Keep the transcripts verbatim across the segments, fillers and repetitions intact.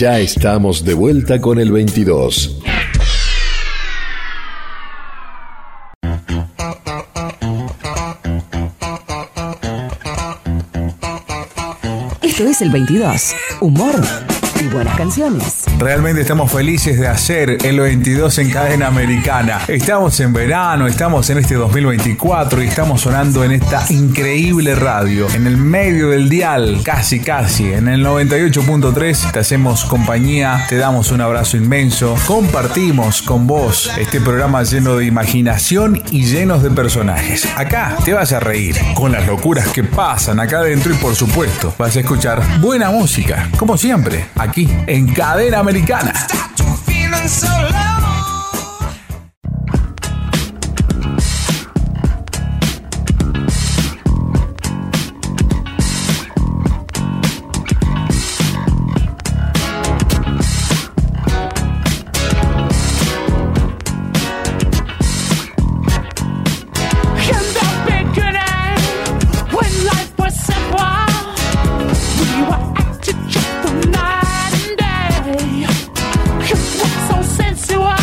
Ya estamos de vuelta con el veintidós. Esto es el veintidós. Humor y buenas canciones. Realmente estamos felices de hacer el veintidós en cadena americana. Estamos en verano, estamos en este dos mil veinticuatro y estamos sonando en esta increíble radio. En el medio del dial, casi casi, en el noventa y ocho punto tres te hacemos compañía, te damos un abrazo inmenso. Compartimos con vos este programa lleno de imaginación y llenos de personajes. Acá te vas a reír con las locuras que pasan acá adentro y por supuesto vas a escuchar buena música, como siempre, aquí en Cadena Americana. So sensual.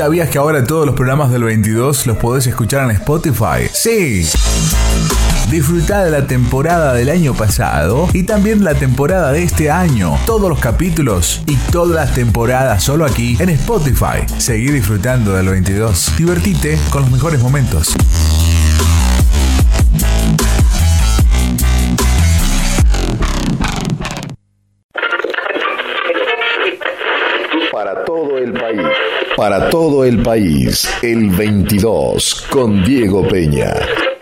¿Sabías que ahora todos los programas del veintidós los podés escuchar en Spotify? Sí. Disfrutá de la temporada del año pasado y también la temporada de este año. Todos los capítulos y todas las temporadas solo aquí en Spotify. Seguí disfrutando del veintidós. Divertite con los mejores momentos. Para todo el país. Para todo el país. El veintidós con Diego Peña.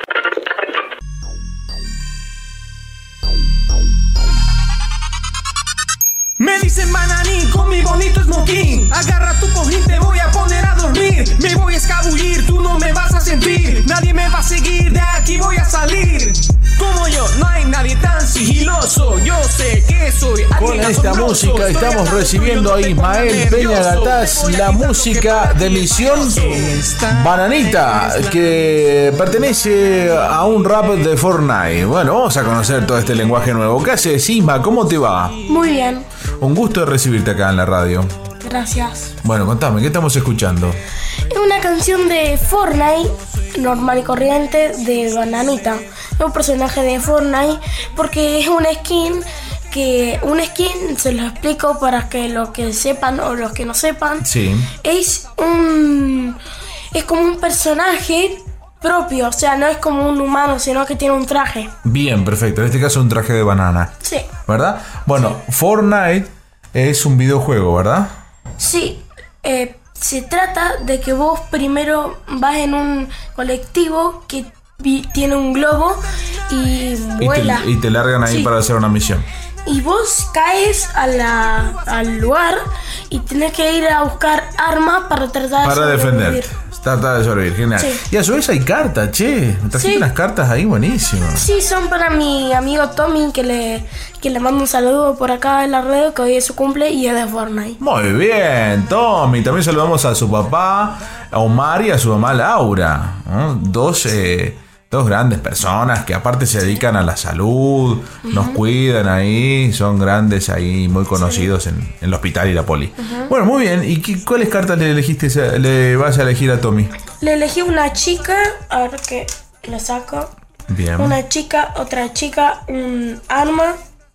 Me dicen Bananín con mi bonito smoking. Agarra tu cojín, te voy a poner a dormir. Me voy a escabullir, tú no me vas a sentir. Nadie me va a seguir, de aquí voy a salir. Como yo, no hay nadie tan sigiloso. Yo sé que soy Con esta música estamos recibiendo a Ismael Peña Gataz, la música de Misión Bananita, que pertenece a un rap de Fortnite. Bueno, vamos a conocer todo este lenguaje nuevo. ¿Qué haces, Isma? ¿Cómo te va? Muy bien. Un gusto de recibirte acá en la radio. Gracias. Bueno, contame, ¿qué estamos escuchando? Es una canción de Fortnite, normal y corriente, de Bananita. Es un personaje de Fortnite porque es una skin que... Una skin, se lo explico para que los que sepan o los que no sepan. Sí. Es un... Es como un personaje propio, o sea, no es como un humano, sino que tiene un traje. Bien, perfecto. En este caso un traje de banana. Sí. ¿Verdad? Bueno, Fortnite es un videojuego, ¿verdad? Sí, eh, se trata de que vos primero vas en un colectivo que vi- tiene un globo y vuela. Y te, y te largan ahí Sí. para hacer una misión. Y vos caes a la, al lugar y tenés que ir a buscar armas para tratar Para de sobrevivir. defender. Trata de sobrevivir, genial. Sí. Y a su vez hay cartas, che. Me trajiste Sí. unas cartas ahí buenísimas. Sí, son para mi amigo Tommy, que le, que le mando un saludo por acá en la red, que hoy es su cumple y es de Fortnite. Muy bien, Tommy. También saludamos a su papá, a Omar y a su mamá Laura, ¿no? Dos, eh, dos grandes personas que aparte se dedican a la salud, uh-huh. nos cuidan ahí, son grandes ahí, muy conocidos sí. en, en el hospital y la poli. Uh-huh. Bueno, muy bien. ¿Y qué, cuáles cartas le elegiste, le vas a elegir a Tommy? Le elegí una chica, a ver qué le saco. Bien. Una chica, otra chica, un arma,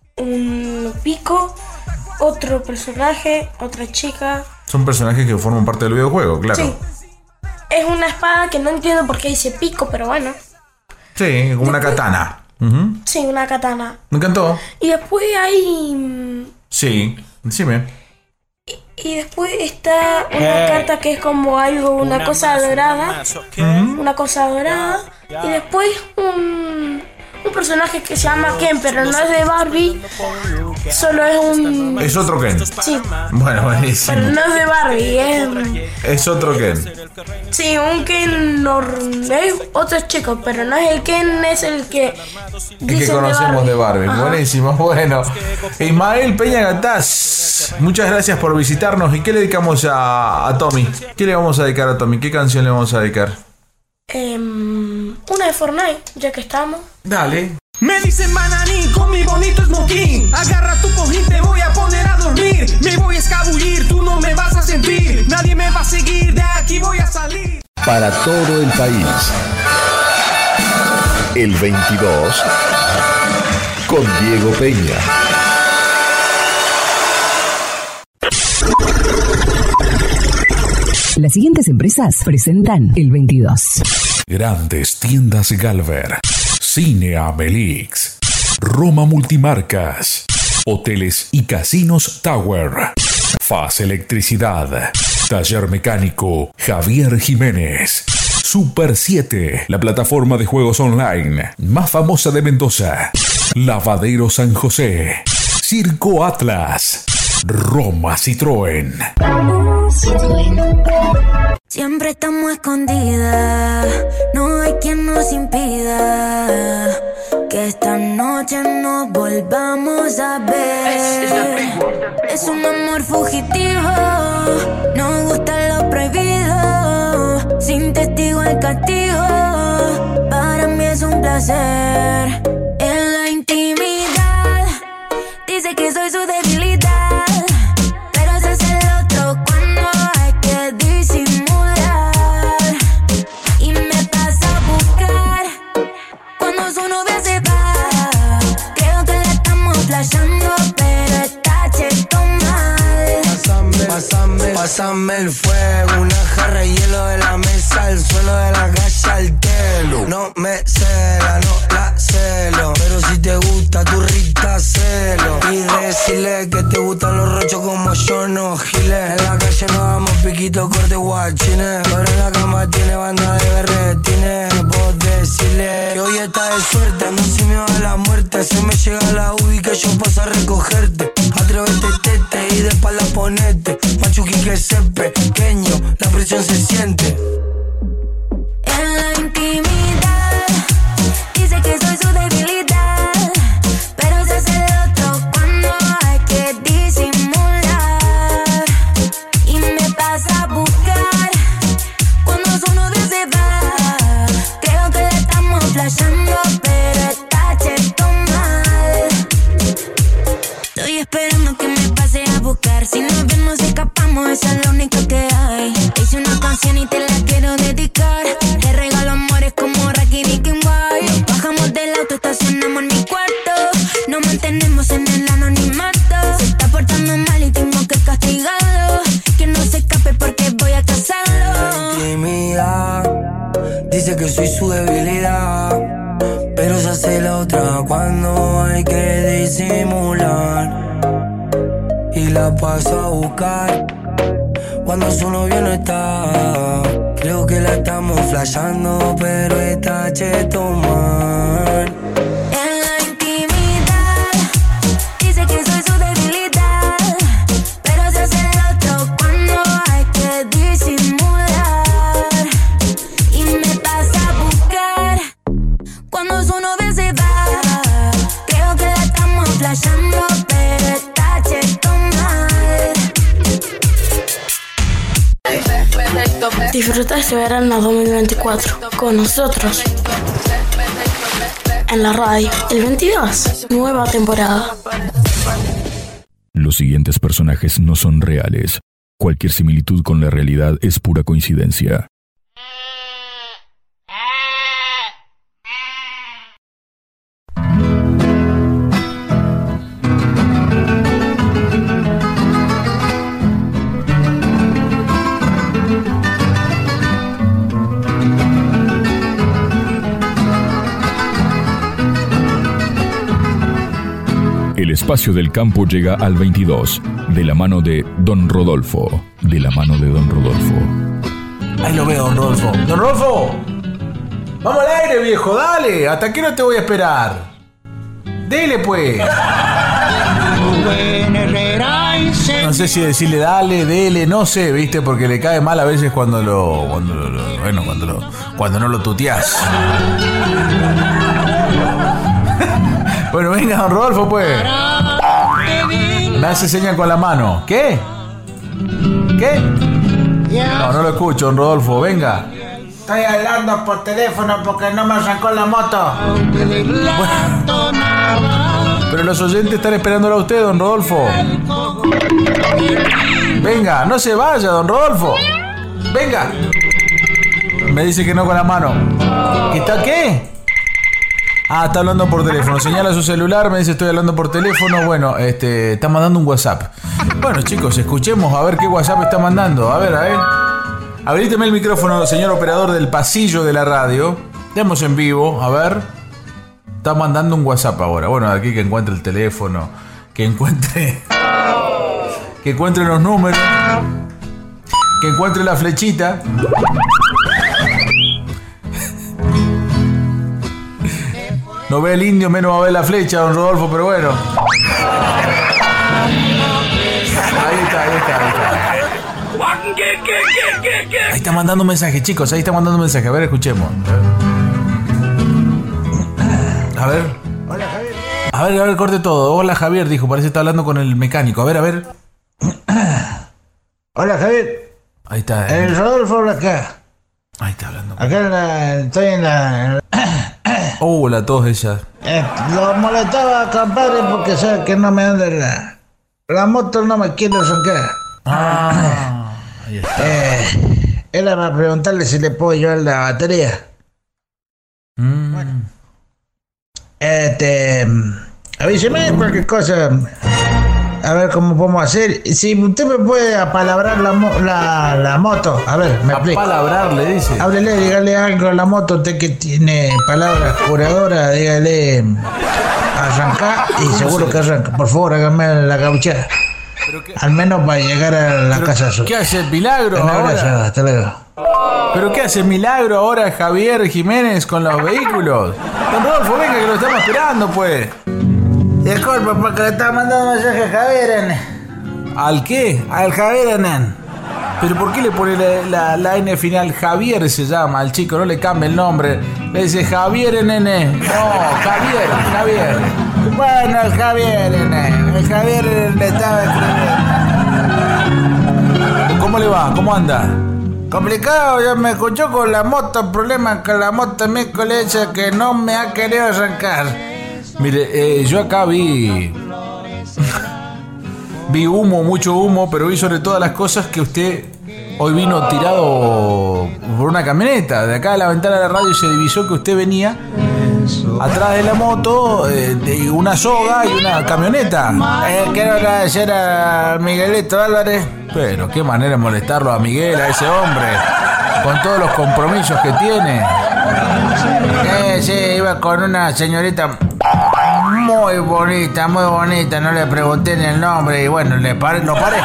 un pico, otro personaje, otra chica. Son personajes que forman parte del videojuego, claro. Sí. Es una espada que no entiendo por qué dice pico, pero bueno. Sí, como después, una katana. Uh-huh. Sí, una katana. Me encantó. Y después hay... Sí, decime. Y, y después está una carta que es como algo, una, una cosa dorada. Uh-huh. Una cosa dorada. Y después un... un personaje que se llama Ken, pero no es de Barbie, solo es un... Es otro Ken. Sí. Bueno, buenísimo. Pero no es de Barbie, es... Es otro Ken. Sí, un Ken normal, es otro chico, pero no es el Ken, es el que... El que conocemos de Barbie. De Barbie. Buenísimo, bueno. Ismael Peña Gataz, muchas gracias por visitarnos. ¿Y qué le dedicamos a, a Tommy? ¿Qué le vamos a dedicar a Tommy? ¿Qué canción le vamos a dedicar? Um, una de Fortnite, ya que estamos. Dale. Me dicen Bananín con mi bonito smoking. Agarra tu cojín, te voy a poner a dormir. Me voy a escabullir, tú no me vas a sentir. Nadie me va a seguir, de aquí voy a salir. Para todo el país. El veintidós con Diego Peña. Las siguientes empresas presentan el veintidós. Grandes tiendas Galver, Cine Amelix, Roma Multimarcas, Hoteles y Casinos Tower, Faz Electricidad, Taller Mecánico Javier Jiménez, Super siete, la plataforma de juegos online más famosa de Mendoza, Lavadero San José, Circo Atlas, Roma Citroën. Siempre estamos escondidas, no hay quien nos impida que esta noche nos volvamos a ver. Es un amor fugitivo, nos gusta lo prohibido, sin testigo el castigo, para mí es un placer. En la intimidad, dice que soy su debilidad, pero se hace el otro cuando hay que disimular. pásame el fuego, una jarra de hielo de la mesa, el suelo de la calle al telo. No me cela, no la celo, pero si te gusta tu Rita celo. Y decirle que te gustan los rochos como yo, no giles. En la calle nos damos piquito, corte guachines, pero en la cama tiene banda de berretines. Puedo decirle que hoy está de suerte, ando sin miedo a la muerte. Se me llega la U B I que yo paso a recogerte. Atrévete, tete, y de espalda ponete. Machuqui que se pequeño, la presión se siente. En la intimidad, dice que soy su debilidad, pero se hace de otro cuando hay que disimular. Y me pasa a buscar cuando su novio se va. Creo que le estamos flasheando, pero está cheto mal. Estoy esperando que me pase a buscar. Si nos ven nos escapamos, esa es la única que hay. Hice una canción y te la quiero dedicar. Te regalo amores como Rocky, Ricky and White. Nos bajamos del auto, estacionamos en mi cuarto. Nos mantenemos en el anonimato. Se está portando mal y tengo que castigarlo. Que no se escape porque voy a casarlo. Intimidad, dice que soy su debilidad, pero se hace la otra cuando hay que disimular. Y la paso a buscar cuando su novio no está. Creo que la estamos flasheando, pero está cheto mal. En la intimidad, dice que soy su debilidad, pero se hace el otro cuando hay que disimular. Y me pasa a buscar cuando su novio se va. Creo que la estamos flasheando, pero está cheto mal. Disfruta este verano dos mil veinticuatro con nosotros en la radio. El veintidós, nueva temporada. Los siguientes personajes no son reales. Cualquier similitud con la realidad es pura coincidencia. El espacio del campo llega al veintidós, de la mano de Don Rodolfo. De la mano de Don Rodolfo. Ahí lo veo, Don Rodolfo. ¡Don Rodolfo! ¡Vamos al aire, viejo! ¡Dale! ¿Hasta qué no te voy a esperar? ¡Dele, pues! No sé si decirle dale, dele, no sé, ¿viste? Porque le cae mal a veces cuando lo... Cuando lo bueno, cuando lo... Cuando no lo tuteás. Bueno, venga, Don Rodolfo, pues. Me hace señal con la mano. ¿Qué? ¿Qué? No, no lo escucho, Don Rodolfo. Venga. Estoy hablando por teléfono porque no me arrancó la moto. Bueno, pero los oyentes están esperándolo a usted, Don Rodolfo. Venga, no se vaya, Don Rodolfo. Venga. Me dice que no con la mano. ¿Qué está qué? Ah, está hablando por teléfono. Señala su celular, me dice estoy hablando por teléfono. Bueno, este, está mandando un WhatsApp. Bueno, chicos, escuchemos a ver qué WhatsApp está mandando. A ver, a ver. Abrísteme el micrófono, señor operador del pasillo de la radio. Estamos en vivo, a ver. Está mandando un WhatsApp ahora. Bueno, aquí que encuentre el teléfono, que encuentre... Que encuentre los números, que encuentre la flechita. No ve el indio, menos va a ver la flecha, Don Rodolfo, pero bueno. Ahí está, ahí está, ahí está. Ahí está mandando un mensaje, chicos, ahí está mandando un mensaje. A ver, escuchemos. A ver. Hola, Javier. A ver, a ver, corte todo. Hola, Javier, dijo, parece que está hablando con el mecánico. A ver, a ver. Hola, Javier. Ahí está. Eh. El Rodolfo habla acá. Ahí está hablando. Acá en la, estoy en la... En la oh, la tos ella. Eh, lo molestaba, compadre, porque sabe que no me anda la... La moto no me quiere arrancar. Ah, ahí está. Eh, era para preguntarle si le puedo llevar la batería. Mm. Bueno. Este... Avíseme cualquier cosa. a ver cómo podemos hacer. Si usted me puede apalabrar la, mo- la, la moto, a ver, me explico. Apalabrar, le dice. Háblele, dígale algo a la moto, usted que tiene palabras curadoras, dígale arrancar y seguro que arranca. Por favor, hágame la gauchada. Al menos para llegar a la casa azul. ¿Qué hace el milagro Un ahora? abrazo, hasta luego. ¿Pero qué hace milagro ahora Javier Jiménez con los vehículos? Don Rodolfo, venga que lo estamos esperando, pues. Disculpa, porque le estaba mandando un mensaje a Javier, nene. ¿Al qué? Al Javier, nene. ¿Pero por qué le pone la, la, la N final? Javier se llama al chico, no le cambia el nombre. Le dice Javier, nene. No, Javier, Javier. Bueno, el Javier, nene. El Javier le estaba escribiendo. ¿Cómo le va? ¿Cómo anda? Complicado, ya me escuchó con la moto. El problema es que la moto miércoles dice que no me ha querido arrancar. Mire, eh, yo acá vi... vi humo, mucho humo, pero vi sobre todas las cosas que usted hoy vino tirado por una camioneta. De acá de la ventana de la radio se divisó que usted venía atrás de la moto, eh, de una soga y una camioneta. Eh, quiero agradecer a Miguelito Álvarez. Pero qué manera de molestarlo a Miguel, a ese hombre, con todos los compromisos que tiene. Eh, sí, iba con una señorita muy bonita, muy bonita. No le pregunté ni el nombre y bueno, le paré, lo paré.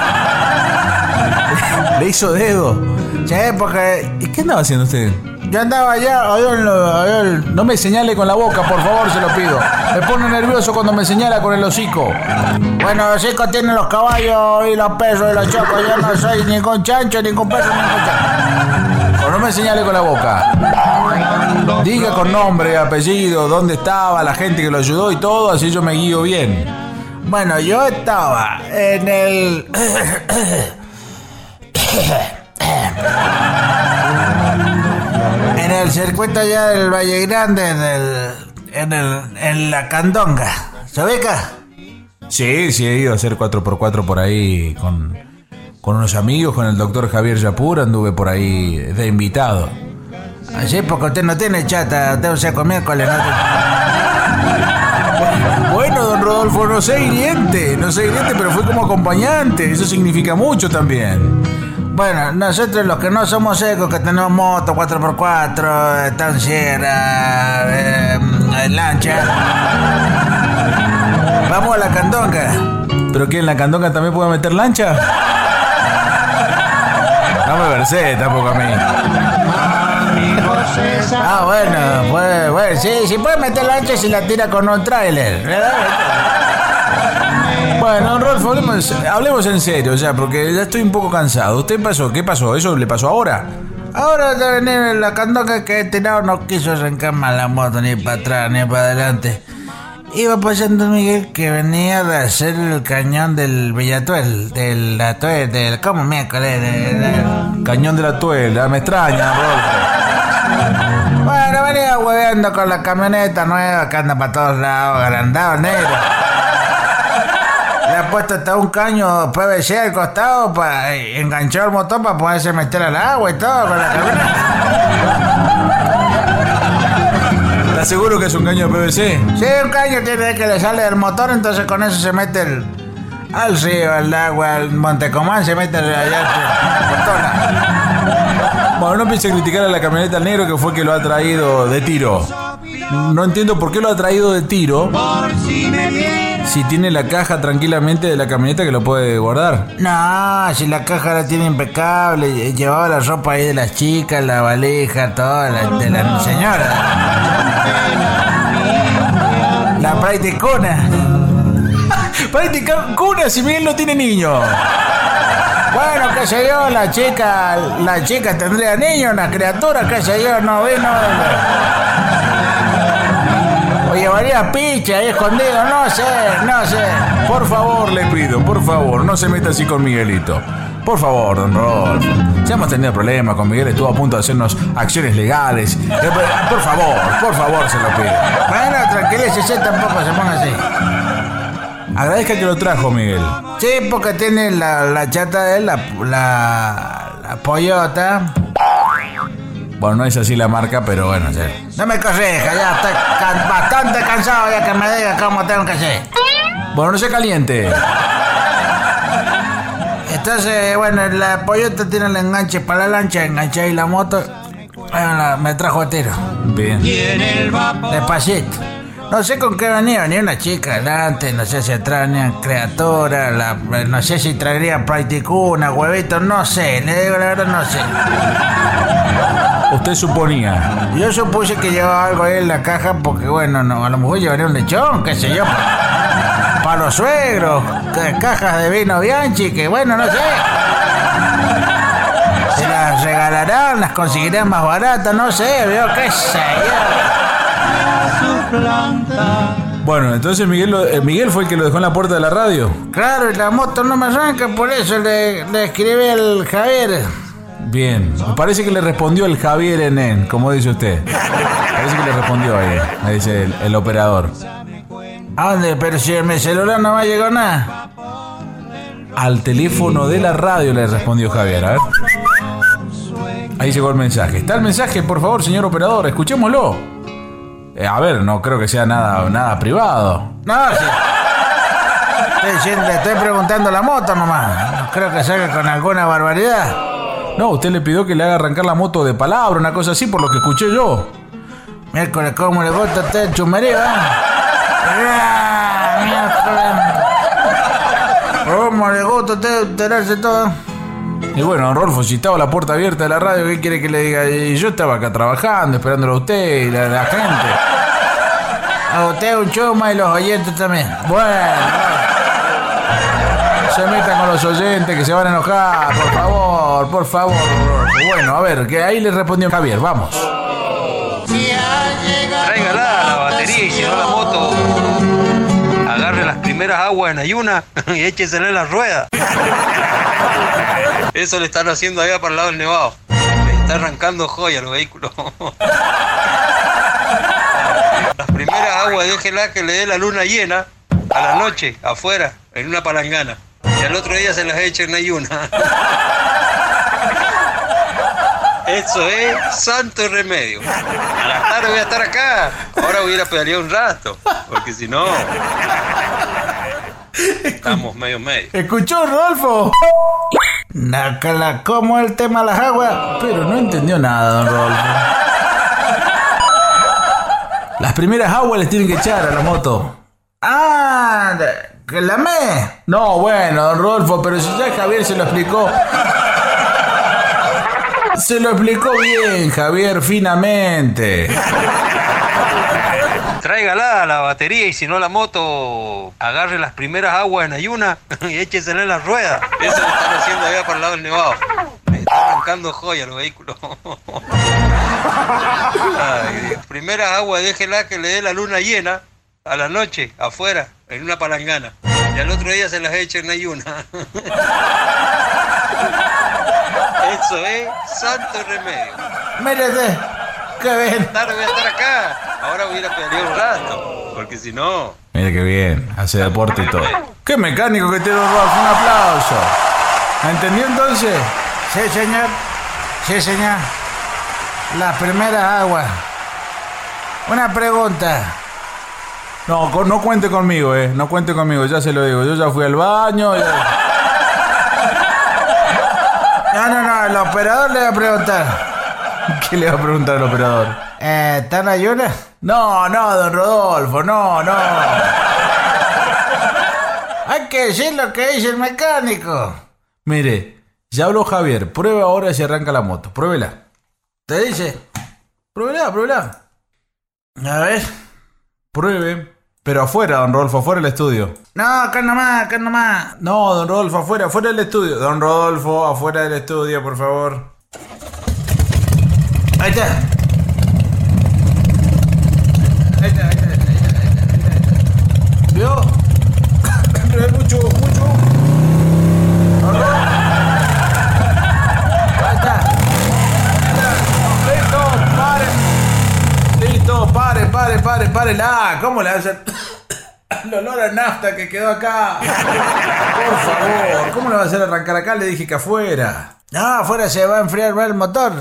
¿Le hizo dedo? Sí, porque... ¿Y qué andaba haciendo usted? Yo andaba allá, allá, en lo- allá en- No me señale con la boca, por favor, se lo pido. Me pone nervioso cuando me señala con el hocico. Bueno, los hocicos tienen los caballos y los perros y los chocos. Yo no soy ningún chancho, ningún perro, ningún chancho. O no me señale con la boca. Diga con nombre, apellido, dónde estaba, la gente que lo ayudó y todo, así yo me guío bien. Bueno, yo estaba en el... en el circuito allá del Valle Grande, en el... en el... en la Candonga. ¿Se ubica? Sí, sí, he ido a hacer cuatro por cuatro por ahí con, con unos amigos, con el doctor Javier Yapur, anduve por ahí de invitado. Así porque usted no tiene chata, usted un seco miércoles, ¿no? Bueno, don Rodolfo, no sé hiriente, no sé hiriente, pero fue como acompañante, eso significa mucho también. Bueno, nosotros los que no somos secos, que tenemos moto, cuatro por cuatro, estanciera, eh, lancha, vamos a la Candonga. ¿Pero qué, en la Candonga también puede meter lancha? No me versé tampoco a mí. Ah, bueno, pues, bueno, sí, sí puede meter lancha si la tira con un tráiler, ¿verdad? Bueno, don Rodolfo, hablemos, hablemos en serio, o sea, porque ya estoy un poco cansado. ¿Usted pasó? ¿Qué pasó? ¿Eso le pasó ahora? Ahora de venir en la Candonga que este lado no quiso arrancar más la moto ni para atrás ni para adelante. Iba pasando Miguel que venía de hacer el cañón del Villatuel, del Atuel, del... ¿Cómo miércoles? Del, del... Cañón de la Tuela, me extraña, Rodolfo. Bueno, venía hueveando con la camioneta nueva que anda para todos lados, agrandado, negro. Le ha puesto hasta un caño P V C al costado para enganchar el motor para poderse meter al agua y todo con la camioneta. ¿Estás seguro que es un caño de P V C? Sí, un caño tiene que le sale del motor, entonces con eso se mete el, al río, al agua, al Montecomán, se mete allá por todas las... Bueno, no empiece a criticar a la camioneta al negro que fue que lo ha traído de tiro. No entiendo por qué lo ha traído de tiro si tiene la caja tranquilamente de la camioneta que lo puede guardar. No, si la caja la tiene impecable, llevaba la ropa ahí de las chicas, la valija, toda la, de la señora. La practicona. Practicuna si Miguel no tiene niño. Bueno, qué sé yo, la chica, la chica tendría niños, una criatura, qué sé yo, no vino. O llevaría picha ahí escondido, no sé, no sé. Por favor, le pido, por favor, no se meta así con Miguelito. Por favor, don Rodolfo. Ya hemos tenido problemas con Miguel, estuvo a punto de hacernos acciones legales. Por favor, por favor, se lo pido. Bueno, tranquilícese, tampoco se ponga así. Agradezca que lo trajo, Miguel. Sí, porque tiene la, la chata de él, la, la, la Poyota. Bueno, no es así la marca, pero bueno, sí. No me corrija, ya estoy can- bastante cansado ya que me diga cómo tengo que hacer. Bueno, no se caliente. entonces, bueno, la Poyota tiene el enganche para la lancha, enganché ahí la moto, bueno, me trajo a tiro. Bien. Despacito. No sé con qué venía, venía una chica adelante, no sé si atrás venía criatura, la, no sé si traería practicuna, huevitos, no sé, le digo la verdad, no sé. Usted suponía. Yo supuse que llevaba algo ahí en la caja porque, bueno, no, a lo mejor llevaría un lechón, qué sé yo, para, para los suegros, que, cajas de vino Bianchi, que bueno, no sé. Se las regalarán, las conseguirán más baratas, no sé, veo qué sé yo. Bueno, entonces Miguel, lo, eh, Miguel fue el que lo dejó en la puerta de la radio. Claro, y la moto no me arranca, por eso le, le escribí al Javier. Bien, me parece que le respondió el Javier Enén, como dice usted. Parece que le respondió ahí, me dice el, el operador. ¿A dónde? Pero si en mi celular no me llegó nada. Al teléfono de la radio le respondió Javier, a ver. Ahí llegó el mensaje. ¿Está el mensaje, por favor, señor operador? Escuchémoslo. Eh, a ver, no creo que sea nada, nada privado. No, sí. Estoy diciendo, le estoy preguntando la moto nomás. No creo que salga con alguna barbaridad. No, usted le pidió que le haga arrancar la moto de palabra, una cosa así, por lo que escuché yo. Miércoles, ¿cómo le gusta a usted el chumerío, eh? Miércoles. ¿Cómo le gusta a usted enterarse todo? Y bueno, don Rolfo, si estaba la puerta abierta de la radio, ¿qué quiere que le diga? Y yo estaba acá trabajando, esperándolo a usted y la, la gente. A usted un chuma y los oyentes también. Bueno, no se metan con los oyentes que se van a enojar, por favor, por favor. Bueno, a ver, que ahí le respondió Javier, vamos. Tráigala la batería y si no la moto, agarre las primeras aguas en ayuna y échesela en la rueda. Eso le están haciendo allá para el lado del Nevado. Le está arrancando joya a los vehículos. Las primeras aguas déjela que le dé la luna llena a la noche, afuera, en una palangana. Y al otro día se las echa en ayuna. Eso es santo remedio. A la tarde voy a estar acá. Ahora voy a ir a pedalear un rato. Porque si no... Estamos medio medio. ¿Escuchó, Rodolfo? Nácala, ¿cómo es el tema de las aguas? Pero no entendió nada, don Rodolfo. Las primeras aguas les tienen que echar a la moto. Ah, que la me. No, bueno, don Rodolfo, pero si ya Javier se lo explicó. Se lo explicó bien, Javier, finamente. Tráigala la batería y si no la moto, agarre las primeras aguas en ayuna y échesela en la rueda. Eso lo están haciendo allá para el lado del Nevado. Me está arrancando joya a los vehículos. Ay, primeras aguas déjela que le dé la luna llena a la noche, afuera, en una palangana. Y al otro día se las echa en ayuna. Eso es santo remedio. Mírate, qué bien. Tarde voy a estar acá. Ahora voy a ir a pelear un rato. Porque si no... Mire qué bien, hace deporte y todo. ¡Qué mecánico que tiene, Rolfo! Un aplauso. ¿Entendió entonces? Sí, señor. Sí, señor. Las primeras aguas. Una pregunta. No, no cuente conmigo, eh. No cuente conmigo, ya se lo digo. Yo ya fui al baño. Ya... No, no, no. El operador le va a preguntar. ¿Qué le va a preguntar al operador? Eh, ¿está en ayunas? No, no, don Rodolfo, no, no. Hay que decir lo que dice el mecánico. Mire, ya habló Javier. Pruebe ahora si arranca la moto. Pruébela. ¿Te dice? Pruébela, pruébela. A ver. Pruebe. Pero afuera, don Rodolfo, afuera del estudio. No, acá nomás, acá nomás. No, don Rodolfo, afuera, afuera del estudio. Don Rodolfo, afuera del estudio, por favor. Ahí está. Ahí está, ahí está, ahí está, ahí está, ahí está. ¿Vio? Pero es mucho, mucho. Ahí está. Listo, pare. Listo, pare, pare, pare, pare. La, ¿cómo le hacen? El olor a nafta que quedó acá. Por favor, ¿cómo le va a hacer arrancar acá? Le dije que afuera. No, afuera se va a enfriar más el motor.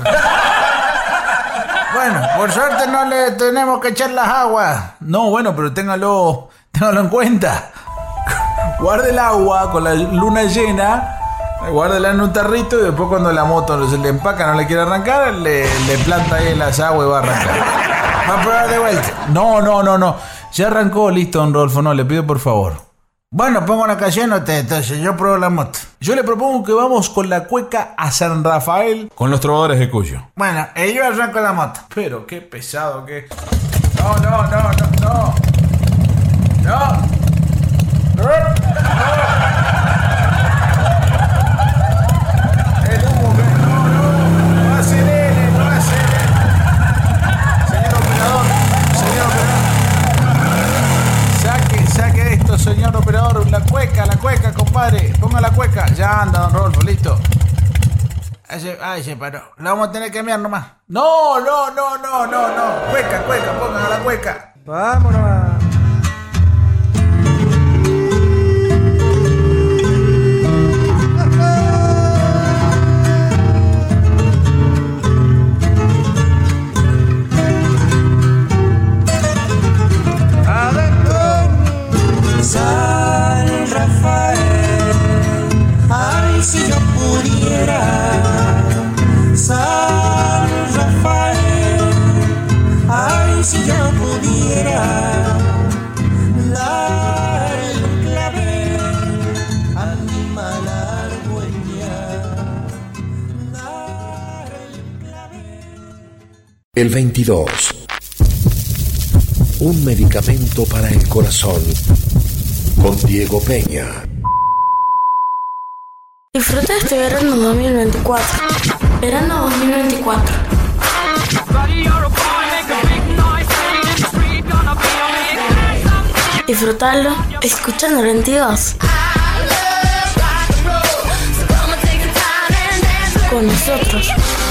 Bueno, por suerte no le tenemos que echar las aguas. No, bueno, pero téngalo, téngalo en cuenta. Guarde el agua con la luna llena Guárdela en un tarrito y después cuando la moto se le empaca, no le quiere arrancar, le, le planta ahí en las aguas y va a arrancar. Va a probar de vuelta. No, no, no, no. Ya arrancó, listo, don Rodolfo. No, le pido por favor. Bueno, pongo una canción usted, entonces yo pruebo la moto. Yo le propongo que vamos con la cueca a San Rafael con los trovadores de Cuyo. Bueno, y yo arranco la moto. Pero qué pesado que... No, no, no, no, no. No. No. No. El humo que... No, no. No acelere, no acelere. Señor operador, señor operador. Saque, saque esto, señor operador. La cueca, la cueca, compadre. Ponga la cueca. Ya anda, don Rodolfo, listo. Ahí se, ahí se paró. La vamos a tener que cambiar nomás. No, no, no, no, no, no. Cueca, cueca, pongan a la cueca. Vámonos. San Rafael, ay, si yo pudiera. San Rafael, ay, si yo pudiera darle un clavel a mi mala argüeña, darle un clavel. El veintidós. Un medicamento para el corazón. Con Diego Peña. Disfruta este verano dos mil veinticuatro. Verano dos mil veinticuatro. Disfrutarlo escuchando el veintidós. Con nosotros.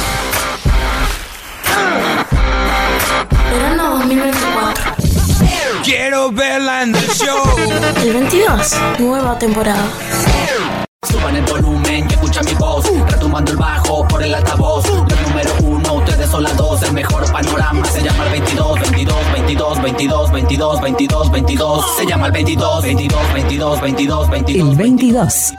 Verano dos mil veinticuatro. Quiero verla en el show. El veintidós, nueva temporada. Suban el volumen y escucha mi voz, retumbando el bajo por el altavoz. Los número uno, ustedes son las dos. El mejor panorama se llama el veintidós, veintidós, veintidós, veintidós, veintidós, veintidós, veintidós. Se llama el veintidós, veintidós, veintidós, veintidós, veintidós. El veintidós.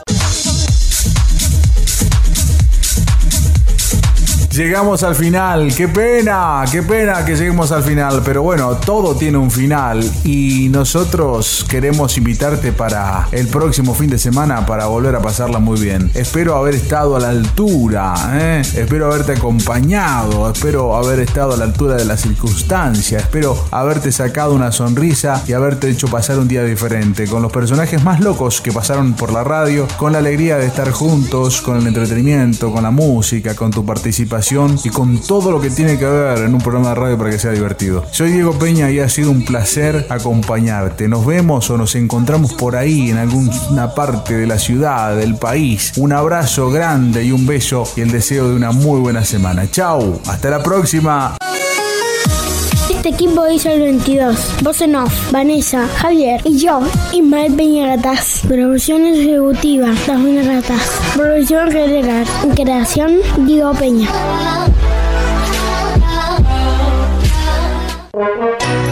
Llegamos al final, qué pena, qué pena que lleguemos al final, pero bueno, todo tiene un final y nosotros queremos invitarte para el próximo fin de semana para volver a pasarla muy bien. Espero haber estado a la altura, ¿eh? Espero haberte acompañado, espero haber estado a la altura de las circunstancias, espero haberte sacado una sonrisa y haberte hecho pasar un día diferente, con los personajes más locos que pasaron por la radio, con la alegría de estar juntos, con el entretenimiento, con la música, con tu participación y con todo lo que tiene que ver en un programa de radio para que sea divertido. Soy Diego Peña y ha sido un placer acompañarte. Nos vemos o nos encontramos por ahí en alguna parte de la ciudad, del país. Un abrazo grande y un beso y el deseo de una muy buena semana. Chau, hasta la próxima. Este equipo hizo el veintidós. Voz en off, Vanessa, Javier y yo, Ismael Peña Gataz. Producción ejecutiva, Tasmina Gataz. Producción general, creación, Diego Peña.